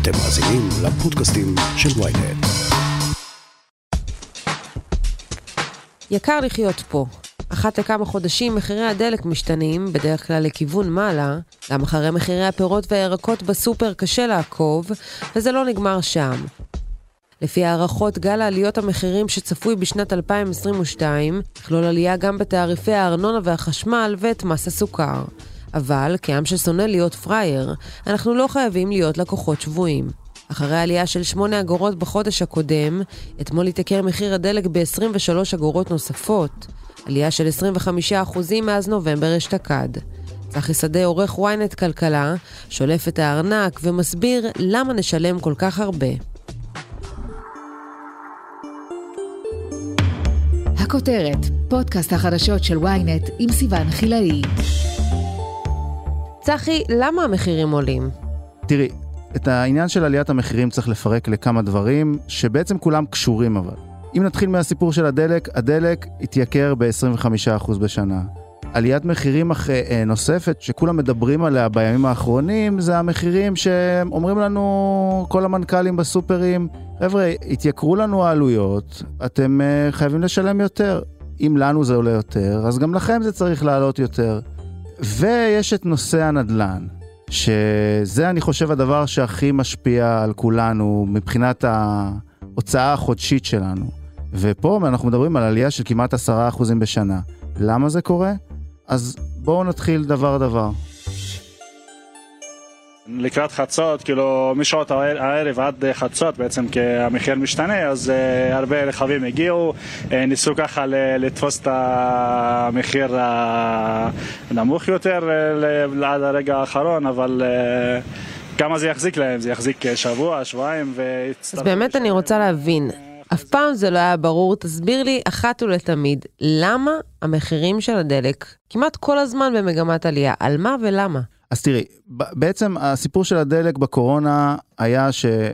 אתם מאזינים לפודקאסטים של ynet. יקר לחיות פה. אחת לכמה חודשים מחירי הדלק משתנים, בדרך כלל לכיוון מעלה. גם אחרי מחירי הפירות והירקות בסופר קשה לעקוב, וזה לא נגמר שם. לפי הערכות, גל העליות המחירים שצפוי בשנת 2022, יכלול עלייה גם בתעריפי הארנונה והחשמל ואת מס הסוכר. אבל, כעם ששונא להיות פרייר, אנחנו לא חייבים להיות לקוחות שבויים. אחרי העלייה של 8 אגורות בחודש הקודם, אתמול התייקר מחיר הדלק ב-23 אגורות נוספות, עלייה של 25% מאז נובמבר אשתקד. צחי שדה, עורך ynet כלכלה, שולף את הארנק ומסביר למה נשלם כל כך הרבה. הכותרת, פודקאסט החדשות של ynet עם סיוון חילאי. צחי, למה המחירים עולים? תראי, את העניין של עליית המחירים צריך לפרק לכמה דברים שבעצם כולם קשורים אבל. אם נתחיל מהסיפור של הדלק התייקר ב-25% בשנה. עליית מחירים נוספת שכולם מדברים עליה בימים האחרונים זה המחירים שאומרים לנו כל המנכ"לים בסופרים, חבר'ה, התייקרו לנו העלויות, אתם חייבים לשלם יותר. אם לנו זה עולה יותר, אז גם לכם זה צריך לעלות יותר. ויש את נושא הנדל"ן, שזה אני חושב הדבר שהכי משפיע על כולנו מבחינת ההוצאה החודשית שלנו. ופה אנחנו מדברים על עלייה של כמעט 10% בשנה. למה זה קורה? אז בואו נתחיל דבר. לקראת חצות, כאילו משעות הערב עד חצות בעצם כי המחיר משתנה, אז הרבה רכבים הגיעו, ניסו ככה לתפוס את המחיר הנמוך יותר עד הרגע האחרון, אבל כמה זה יחזיק להם? זה יחזיק שבוע, שבועיים. אז באמת אני רוצה להבין, אף פעם זה לא היה ברור, תסביר לי אחת ולתמיד, למה המחירים של הדלק כמעט כל הזמן במגמת עלייה, על מה ולמה? אז תראי, בעצם הסיפור של הדלק בקורונה היה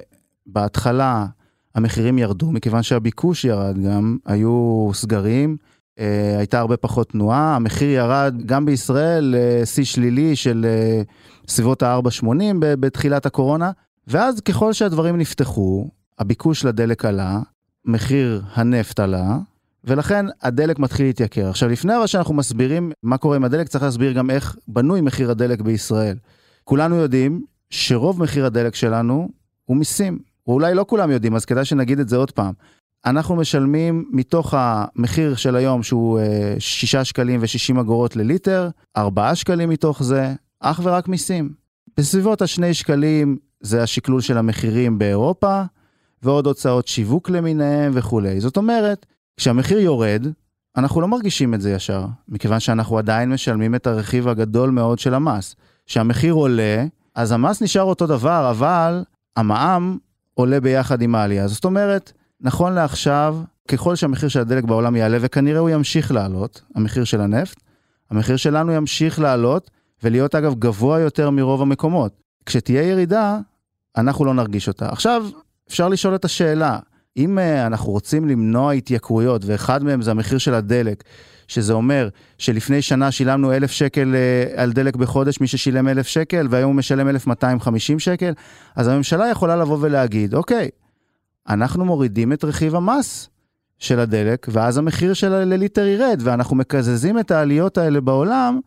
שבהתחלה המחירים ירדו, מכיוון שהביקוש ירד גם, היו סגרים, הייתה הרבה פחות תנועה, המחיר ירד גם בישראל לשיא שלילי של סביבות ה-4.80 בתחילת הקורונה, ואז ככל שהדברים נפתחו, הביקוש לדלק עלה, מחיר הנפט עלה, ולכן הדלק מתחיל להתייקר. עכשיו, לפני שאנחנו מסבירים מה קורה עם הדלק, צריך להסביר גם איך בנוי מחיר הדלק בישראל. כולנו יודעים שרוב מחיר הדלק שלנו הוא מיסים. ואולי לא כולם יודעים, אז כדאי שנגיד את זה עוד פעם. אנחנו משלמים מתוך המחיר של היום, שהוא 6 שקלים ו60 אגורות לליטר, 4 שקלים מתוך זה, אך ורק מיסים. בסביבות ה2 שקלים זה השקלול של המחירים באירופה, ועוד הוצאות שיווק למיניהם וכו'. זאת אומרת, כשהמחיר יורד, אנחנו לא מרגישים את זה ישר, מכיוון שאנחנו עדיין משלמים את הרכיב הגדול מאוד של המס. כשהמחיר עולה, אז המס נשאר אותו דבר, אבל המע"מ עולה ביחד עם העלייה. זאת אומרת, נכון לעכשיו, ככל שהמחיר של הדלק בעולם יעלה, וכנראה הוא ימשיך לעלות, המחיר של הנפט, המחיר שלנו ימשיך לעלות, ולהיות אגב גבוה יותר מרוב המקומות. כשתהיה ירידה, אנחנו לא נרגיש אותה. עכשיו, אפשר לשאול את השאלה, אם אנחנו רוצים למנוע התייקרויות, ואחד מהם זה המחיר של הדלק, שזה אומר שלפני שנה שילמנו 1,000 שקל על דלק בחודש, מי ששילם 1,000 שקל, והיום הוא משלם 1,250 שקל, אז הממשלה יכולה לבוא ולהגיד, אוקיי, אנחנו מורידים את רכיב המס של הדלק, ואז המחיר של לליטר ירד, ואנחנו מקזזים את העליות האלה בעולם,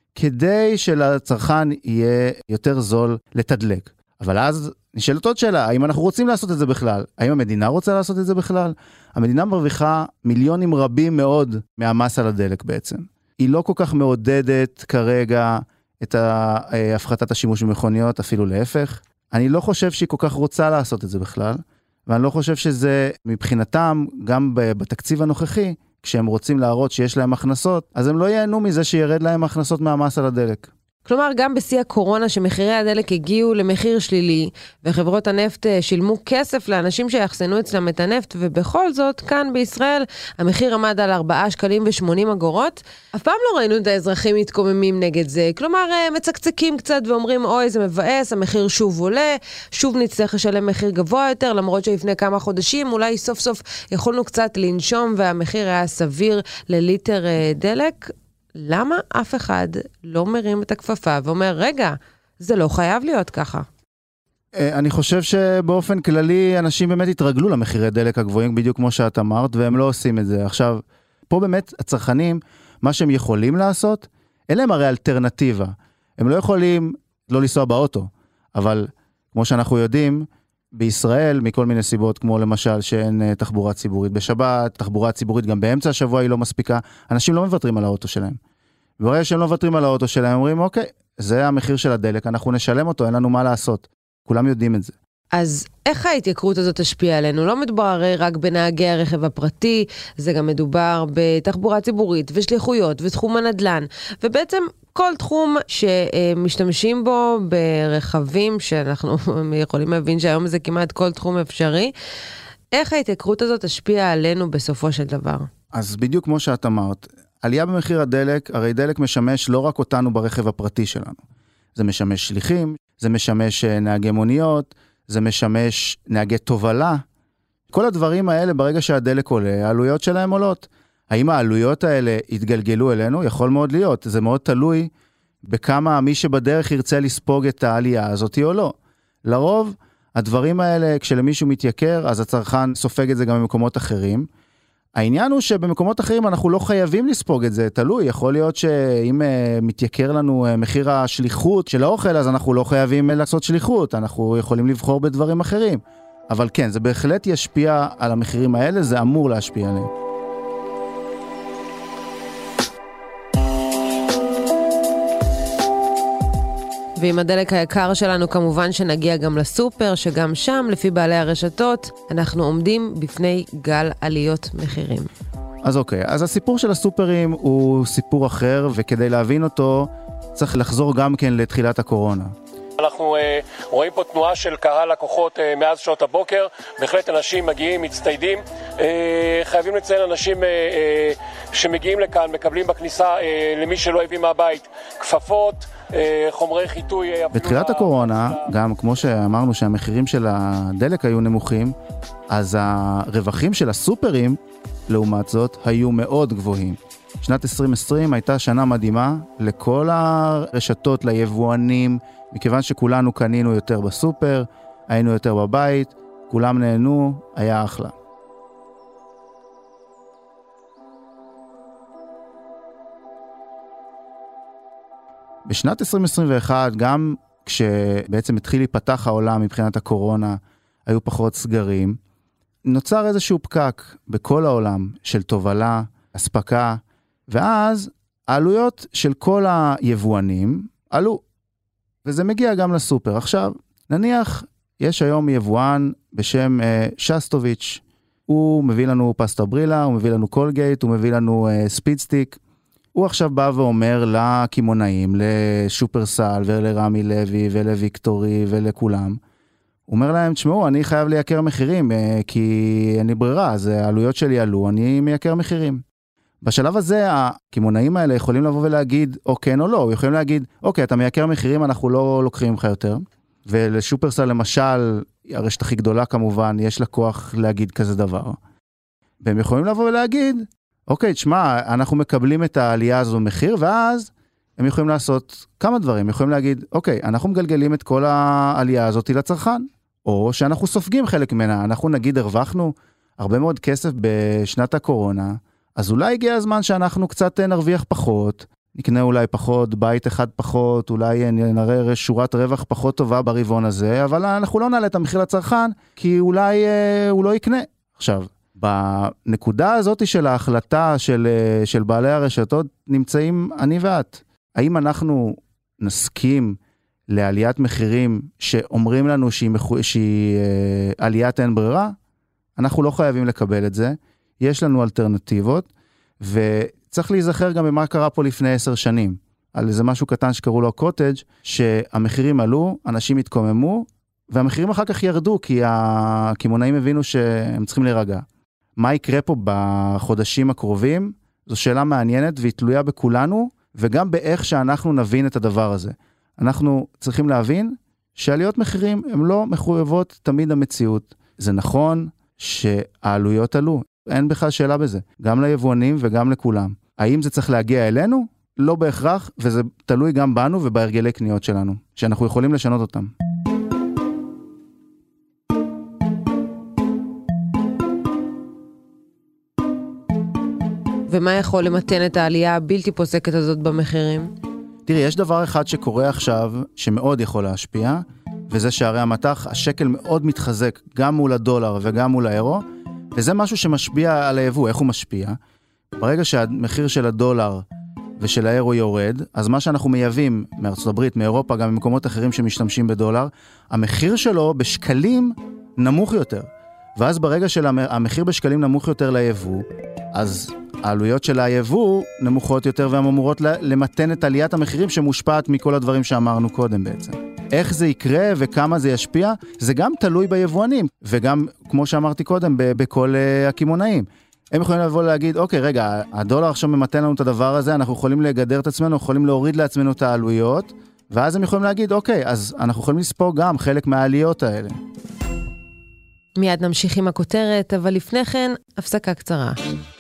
כדי שלצרכן יהיה יותר זול לתדלק. אבל אז נשאלת עוד שאלה, האם אנחנו רוצים לעשות את זה בכלל? האם המדינה רוצה לעשות את זה בכלל? המדינה מרוויחה מיליונים רבים מאוד מהמס על הדלק בעצם. היא לא כל כך מעודדת כרגע את הפחתת השימוש במכוניות, אפילו להפך. אני לא חושב שהיא כל כך רוצה לעשות את זה בכלל, ואני לא חושב שזה מבחינתם, גם בתקציב הנוכחי, כשהם רוצים להראות שיש להם הכנסות, אז הם לא ייהנו מזה שירד להם הכנסות מהמס על הדלק. כלומר, גם בשיא הקורונה שמחירי הדלק הגיעו למחיר שלילי, וחברות הנפט שילמו כסף לאנשים שיחסנו אצלם את הנפט, ובכל זאת, כאן בישראל, המחיר עמד על 4 שקלים ו80 אגורות. אף פעם לא ראינו את האזרחים מתקוממים נגד זה. כלומר, מצקצקים קצת ואומרים, אוי, זה מבאס, המחיר שוב עולה, שוב נצטרך לשלם מחיר גבוה יותר, למרות שלפני כמה חודשים, אולי סוף סוף יכולנו קצת לנשום, והמחיר היה סביר לליטר דלק. למה אף אחד לא מרים את הכפפה ואומר, רגע, זה לא חייב להיות ככה? אני חושב שבאופן כללי אנשים באמת התרגלו למחירי דלק הגבוהים, בדיוק כמו שאת אמרת, והם לא עושים את זה. עכשיו, פה באמת הצרכנים, מה שהם יכולים לעשות, אין להם הרי אלטרנטיבה. הם לא יכולים לא לנסוע באוטו, אבל כמו שאנחנו יודעים, בישראל, מכל מיני סיבות, כמו למשל שאין תחבורה ציבורית בשבת, תחבורה ציבורית גם באמצע השבוע היא לא מספיקה, אנשים לא מוותרים על האוטו שלהם. וברגע שהם לא מוותרים על האוטו שלהם, אומרים, אוקיי, זה המחיר של הדלק, אנחנו נשלם אותו, אין לנו מה לעשות. כולם יודעים את זה. אז איך ההתייקרות הזאת תשפיע עלינו? לא מדובר הרי רק בנהגי הרכב הפרטי, זה גם מדובר בתחבורה ציבורית ושליחויות ותחום הנדל"ן, ובעצם כל תחום שמשתמשים בו ברכבים, שאנחנו יכולים להבין שהיום זה כמעט כל תחום אפשרי, איך ההתייקרות הזאת תשפיע עלינו בסופו של דבר? אז בדיוק כמו שאת אמרת, עלייה במחיר הדלק, הרי דלק משמש לא רק אותנו ברכב הפרטי שלנו, זה משמש שליחים, זה משמש נהגי מוניות, זה משמש נהגי תובלה. כל הדברים האלה, ברגע שהדלק עולה, העלויות שלהם עולות. האם העלויות האלה יתגלגלו אלינו? יכול מאוד להיות. זה מאוד תלוי בכמה מי שבדרך ירצה לספוג את העלייה הזאת או לא. לרוב, הדברים האלה, כשלמישהו מתייקר, אז הצרכן סופג את זה גם במקומות אחרים. העניין הוא שבמקומות אחרים אנחנו לא חייבים לספוג את זה, תלוי, יכול להיות שאם מתייקר לנו מחיר השליחות של האוכל, אז אנחנו לא חייבים לעשות שליחות, אנחנו יכולים לבחור בדברים אחרים. אבל כן, זה בהחלט ישפיע על המחירים האלה, זה אמור להשפיע עליהם. ועם הדלק היקר שלנו כמובן שנגיע גם לסופר, שגם שם, לפי בעלי הרשתות, אנחנו עומדים בפני גל עליות מחירים. אז אוקיי, אז הסיפור של הסופרים הוא סיפור אחר, וכדי להבין אותו צריך לחזור גם כן לתחילת הקורונה. אנחנו רואים פה תנועה של קהל לקוחות מאז שעות הבוקר, בהחלט אנשים מגיעים, מצטיידים, חייבים לציין אנשים שמגיעים לכאן, מקבלים בכניסה למי שלא הביא מהבית, כפפות, חומרי חיטוי. בתחילת הקורונה, גם כמו שאמרנו שהמחירים של הדלק היו נמוכים, אז הרווחים של הסופרים, לעומת זאת, היו מאוד גבוהים. שנת 2020 הייתה שנה מדהימה לכל הרשתות, ליבואנים, מכיוון שכולנו קנינו יותר בסופר, היינו יותר בבית, כולם נהנו, היה אחלה. בשנת 2021, גם כשבעצם התחיל להיפתח העולם מבחינת הקורונה, היו פחות סגרים, נוצר איזשהו פקק בכל העולם של תובלה, הספקה, ואז העלויות של כל היבואנים עלו, וזה מגיע גם לסופר. עכשיו, נניח, יש היום יבואן בשם שסטוביץ', הוא מביא לנו פסטה ברילה, הוא מביא לנו קולגייט, הוא מביא לנו ספידסטיק, הוא עכשיו בא ואומר לכימונאים, לשופרסל ולרמי לוי ולוויקטורי ולכולם, הוא אומר להם, תשמעו, אני חייב לייקר מחירים, כי אין לי ברירה, אז העלויות שלי עלו, אני מייקר מחירים. בשלב הזה, הכימונאים האלה יכולים לבוא ולהגיד, או כן או לא, יכולים להגיד, אוקיי, אתה מייקר מחירים, אנחנו לא לוקחים ממך יותר. ולשופרסל, למשל, הרשת הכי גדולה כמובן, יש לה כוח להגיד כזה דבר. והם יכולים לבוא ולהגיד, אוקיי, תשמע, אנחנו מקבלים את העלייה הזו במחיר, ואז הם יכולים לעשות כמה דברים. הם יכולים להגיד, אוקיי, אנחנו מגלגלים את כל העלייה הזאת לצרכן, או שאנחנו סופגים חלק ממנה. אנחנו נגיד, הרווחנו הרבה מאוד כסף בשנת הקורונה, אז אולי הגיע הזמן שאנחנו קצת נרוויח פחות, נקנה אולי פחות, בית אחד פחות, אולי נראה שורת רווח פחות טובה ברבעון הזה, אבל אנחנו לא נעלה את המחיר לצרכן, כי אולי הוא לא יקנה. עכשיו, בנקודה הזאת של ההחלטה של בעלי הרשתות, נמצאים אני ואת. האם אנחנו נסכים לעליית מחירים שאומרים לנו שהיא עליית אין ברירה? אנחנו לא חייבים לקבל את זה. יש לנו אלטרנטיבות, וצריך להיזכר גם במה קרה פה לפני 10 שנים. על איזה משהו קטן שקראו לו קוטג', שהמחירים עלו, אנשים התקוממו, והמחירים אחר כך ירדו, כי הכימונאים הבינו שהם צריכים להירגע. מה יקרה פה בחודשים הקרובים? זו שאלה מעניינת, והיא תלויה בכולנו, וגם באיך שאנחנו נבין את הדבר הזה. אנחנו צריכים להבין שעליות מחירים הן לא מחויבות תמיד המציאות. זה נכון שהעלויות עלו. אין בכלל שאלה בזה, גם ליבואנים וגם לכולם. האם זה צריך להגיע אלינו? לא בהכרח, וזה תלוי גם בנו ובהרגלי קניות שלנו, שאנחנו יכולים לשנות אותם. ומה יכול למתן את העלייה הבלתי פוסקת הזאת במחירים? תראי, יש דבר אחד שקורה עכשיו שמאוד יכול להשפיע, וזה שערי המטח, השקל מאוד מתחזק גם מול הדולר וגם מול האירו, וזה משהו שמשפיע על היבוא. איך הוא משפיע? ברגע שהמחיר של הדולר ושל האירו יורד, אז מה שאנחנו מייבאים מארצות הברית, מאירופה, גם ממקומות אחרים שמשתמשים בדולר, המחיר שלו בשקלים נמוך יותר. ואז ברגע שהמחיר בשקלים נמוך יותר ליבוא, אז העלויות של היבוא נמוכות יותר והן אמורות למתן את עליית המחירים שמושפעת מכל הדברים שאמרנו קודם בעצם. איך זה יקרה וכמה זה ישפיע, זה גם תלוי ביבואנים, וגם, כמו שאמרתי קודם, בכל הקמעונאים. הם יכולים לבוא להגיד, אוקיי, רגע, הדולר עכשיו ממתן לנו את הדבר הזה, אנחנו יכולים לגדר את עצמנו, יכולים להוריד לעצמנו את העלויות, ואז הם יכולים להגיד, אוקיי, אז אנחנו יכולים לספוג גם חלק מהעליות האלה. מיד נמשיך עם הכותרת, אבל לפני כן, הפסקה קצרה.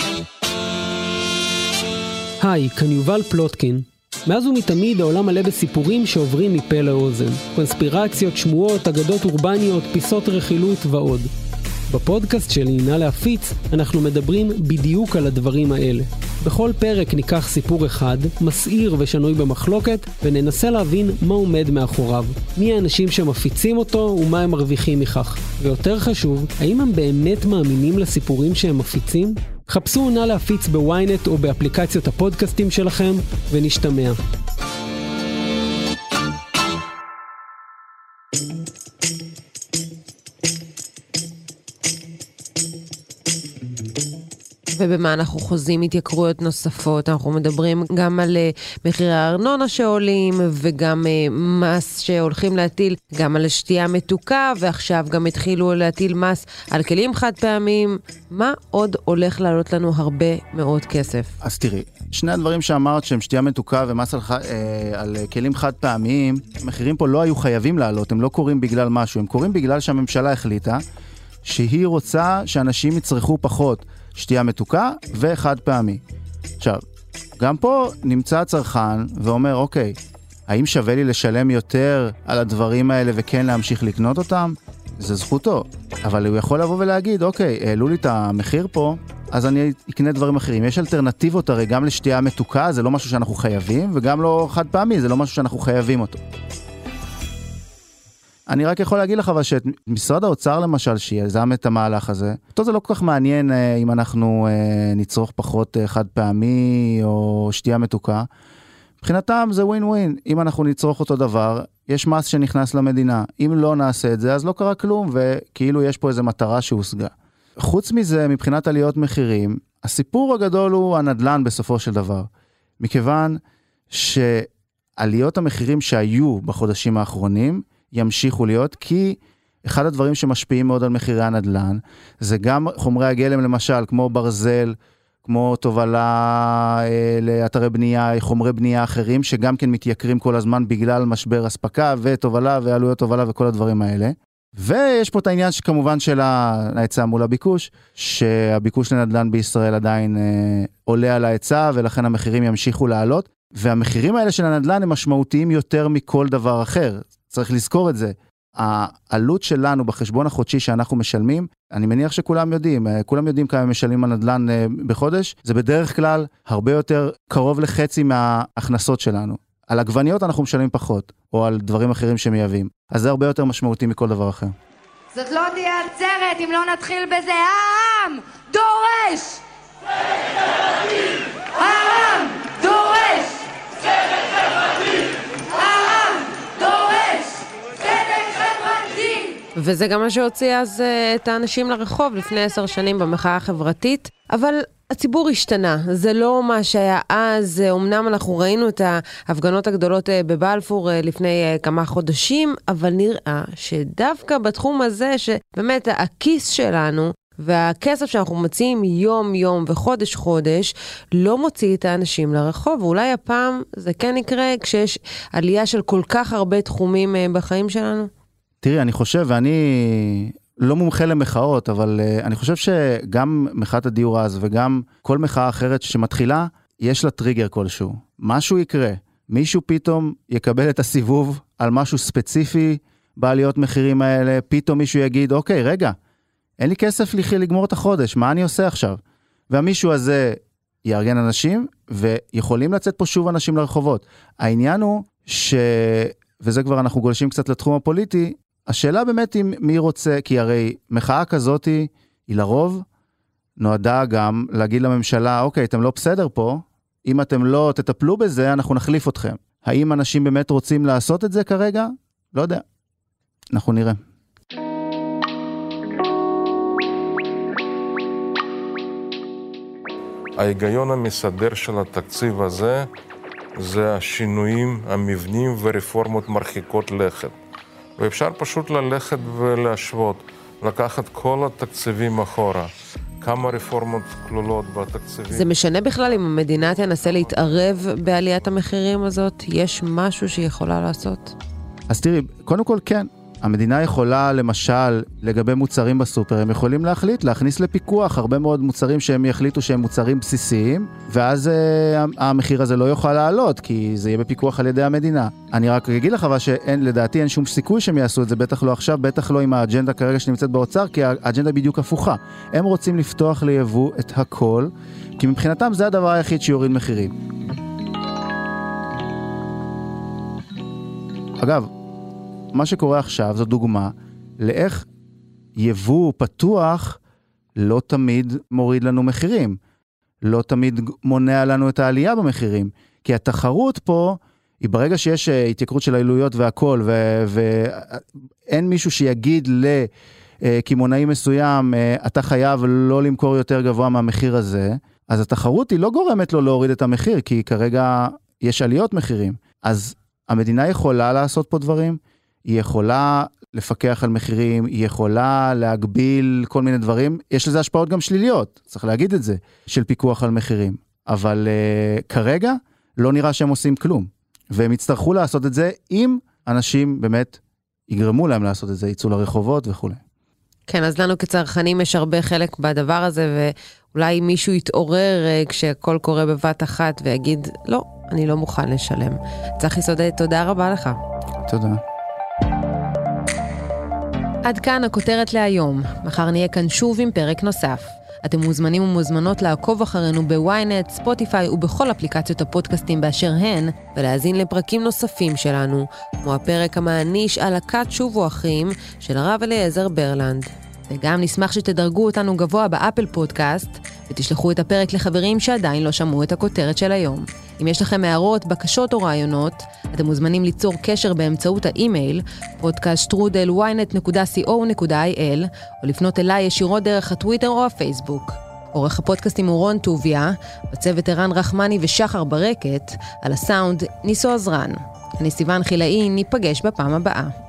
היי, כאן יובל פלוטקין. מאז ומתמיד העולם מלא בסיפורים שעוברים מפה לאוזן. קונספירציות, שמועות, אגדות אורבניות, פיסות רכילות ועוד. בפודקאסט שלי, נא להפיץ, אנחנו מדברים בדיוק על הדברים האלה. בכל פרק ניקח סיפור אחד, מסעיר ושנוי במחלוקת, וננסה להבין מה עומד מאחוריו. מי האנשים שמפיצים אותו ומה הם מרוויחים מכך. ויותר חשוב, האם הם באמת מאמינים לסיפורים שהם מפיצים? חפשו נא להפיץ בוויינט או באפליקציות הפודקאסטים שלכם, ונשתמע. ובמה אנחנו חוזים התייקרויות נוספות, אנחנו מדברים גם על מחירי הארנונה שעולים, וגם מס שהולכים להטיל גם על השתייה מתוקה, ועכשיו גם התחילו להטיל מס על כלים חד פעמים. מה עוד הולך לעלות לנו הרבה מאוד כסף? אז תראי, שני הדברים שאמרת שהם שתייה מתוקה ומס על כלים חד פעמיים, המחירים פה לא היו חייבים לעלות, הם לא קורים בגלל משהו, הם קורים בגלל שהממשלה החליטה שהיא רוצה שאנשים יצרכו פחות שתייה מתוקה וחד פעמי. עכשיו, גם פה נמצא הצרכן ואומר, אוקיי, האם שווה לי לשלם יותר על הדברים האלה וכן להמשיך לקנות אותם? זה זכותו. אבל הוא יכול לבוא ולהגיד, אוקיי, העלו לי את המחיר פה, אז אני אקנה דברים אחרים. יש אלטרנטיבות הרי גם לשתייה מתוקה, זה לא משהו שאנחנו חייבים, וגם לא חד פעמי, זה לא משהו שאנחנו חייבים אותו. אני רק יכול להגיד לך אבל שאת משרד האוצר למשל שיזם את המהלך הזה, אותו זה לא כל כך מעניין אם אנחנו נצרוך פחות חד פעמי או שתייה מתוקה. מבחינתם זה ווין ווין, אם אנחנו נצרוך אותו דבר, יש מס שנכנס למדינה, אם לא נעשה את זה אז לא קרה כלום וכאילו יש פה איזו מטרה שהושגה. חוץ מזה מבחינת עליות מחירים, הסיפור הגדול הוא הנדלן בסופו של דבר, מכיוון שעליות המחירים שהיו בחודשים האחרונים, ימשיכו להיות, כי אחד הדברים שמשפיעים מאוד על מחירי הנדלן, זה גם חומרי הגלם למשל, כמו ברזל, כמו תובלה לאתרי בנייה, חומרי בנייה אחרים, שגם כן מתייקרים כל הזמן בגלל משבר הספקה ותובלה ועלויות תובלה וכל הדברים האלה. ויש פה את העניין שכמובן של ההיצע מול הביקוש, שהביקוש לנדלן בישראל עדיין עולה על ההיצע, ולכן המחירים ימשיכו לעלות, והמחירים האלה של הנדלן הם משמעותיים יותר מכל דבר אחר. צריך לזכור את זה. העלות שלנו בחשבון החודשי שאנחנו משלמים, אני מניח שכולם יודעים כמה משלמים על נדל"ן בחודש, זה בדרך כלל הרבה יותר קרוב לחצי מההכנסות שלנו. על עגבניות אנחנו משלמים פחות, או על דברים אחרים שמייבאים. אז זה הרבה יותר משמעותי מכל דבר אחר. זאת לא תהיה עצרת אם לא נתחיל בזה. העם דורש! העם דורש! צדק חברתי! העם דורש! צדק חברתי! וזה גם מה שהוציא אז את האנשים לרחוב לפני 10 שנים במחאה החברתית, אבל הציבור השתנה, זה לא מה שהיה אז, אמנם אנחנו ראינו את ההפגנות הגדולות בבלפור לפני כמה חודשים, אבל נראה שדווקא בתחום הזה שבאמת הכיס שלנו והכסף שאנחנו מציעים יום יום וחודש חודש לא מוציא את האנשים לרחוב, ואולי הפעם זה כן יקרה כשיש עלייה של כל כך הרבה תחומים בחיים שלנו. תראי, אני חושב, ואני לא מומחה למחאות, אבל אני חושב שגם מחאת הדיור אז וגם כל מחאה אחרת שמתחילה, יש לה טריגר כלשהו. משהו יקרה, מישהו פתאום יקבל את הסיבוב על משהו ספציפי בעליות מחירים האלה, פתאום מישהו יגיד, אוקיי, רגע, אין לי כסף לגמור את החודש, מה אני עושה עכשיו? והמישהו הזה יארגן אנשים, ויכולים לצאת פה שוב אנשים לרחובות. העניין הוא וזה כבר אנחנו גולשים קצת לתחום הפוליטי, השאלה באמת היא מי רוצה, כי הרי מחאה כזאת היא לרוב נועדה גם להגיד לממשלה, אוקיי, אתם לא בסדר פה, אם אתם לא תטפלו בזה, אנחנו נחליף אתכם. האם אנשים באמת רוצים לעשות את זה כרגע? לא יודע. אנחנו נראה. ההיגיון המסדר של התקציב הזה, זה השינויים, המבנים ורפורמות מרחיקות לכת. ואפשר פשוט ללכת ולהשוות, לקחת כל התקציבים אחורה. כמה רפורמות כלולות בתקציבים. זה משנה בכלל אם המדינה תנסה להתערב בעליית המחירים הזאת? יש משהו שהיא יכולה לעשות? אז תראי, קודם כל כן. המדינה יכולה, למשל, לגבי מוצרים בסופר, הם יכולים להכניס לפיקוח הרבה מאוד מוצרים שהם יחליטו שהם מוצרים בסיסיים, ואז המחיר הזה לא יוכל לעלות, כי זה יהיה בפיקוח על ידי המדינה. אני רק אגיד לך, שלדעתי אין שום סיכוי שהם יעשו את זה, בטח לא עכשיו, בטח לא עם האג'נדה כרגע שנמצאת באוצר, כי האג'נדה בדיוק הפוכה. הם רוצים לפתוח ליבוא את הכל, כי מבחינתם זה הדבר היחיד שיוריד מחירים. אגב, מה שקורה עכשיו זו דוגמה לאיך יבוא פתוח לא תמיד מוריד לנו מחירים, לא תמיד מונע לנו את העלייה במחירים, כי התחרות פה היא ברגע שיש התייקרות של העלויות והכל, ואין מישהו שיגיד לכימונאי מסוים, אתה חייב לא למכור יותר גבוה מהמחיר הזה, אז התחרות היא לא גורמת לו להוריד את המחיר, כי כרגע יש עליות מחירים. אז המדינה יכולה לעשות פה דברים, היא יכולה לפקח על מחירים, היא יכולה להגביל כל מיני דברים, יש לזה השפעות גם שליליות, צריך להגיד את זה, של פיקוח על מחירים, אבל כרגע לא נראה שהם עושים כלום, והם יצטרכו לעשות את זה, אם אנשים באמת יגרמו להם לעשות את זה, יצאו לרחובות וכו'. כן, אז לנו כצרכנים יש הרבה חלק בדבר הזה, ואולי מישהו יתעורר כשהכל קורה בבת אחת, ויגיד, לא, אני לא מוכן לשלם. צחי סודד, תודה רבה לך. תודה. עד כאן הכותרת להיום. מחר נהיה כאן שוב עם פרק נוסף. אתם מוזמנים ומוזמנות לעקוב אחרינו בוויינט, ספוטיפיי ובכל אפליקציות הפודקאסטים באשר הן, ולהזין לפרקים נוספים שלנו, כמו הפרק המעניש על הכת שובו אחים של הרב אליעזר ברלנד. וגם נשמח שתדרגו אותנו גבוה באפל פודקאסט, ותשלחו את הפרק לחברים שעדיין לא שמעו את הכותרת של היום. אם יש לכם הערות, בקשות או רעיונות, אתם מוזמנים ליצור קשר באמצעות האימייל, podcast@ynet.co.il, או לפנות אליי ישירות דרך הטוויטר או הפייסבוק. עורך הפודקאסטים הוא רון טוביה, בצוות ערן רחמני ושחר ברקת, על הסאונד ניסו עזרן. אני סיוון חילאי, ניפגש בפעם הבאה.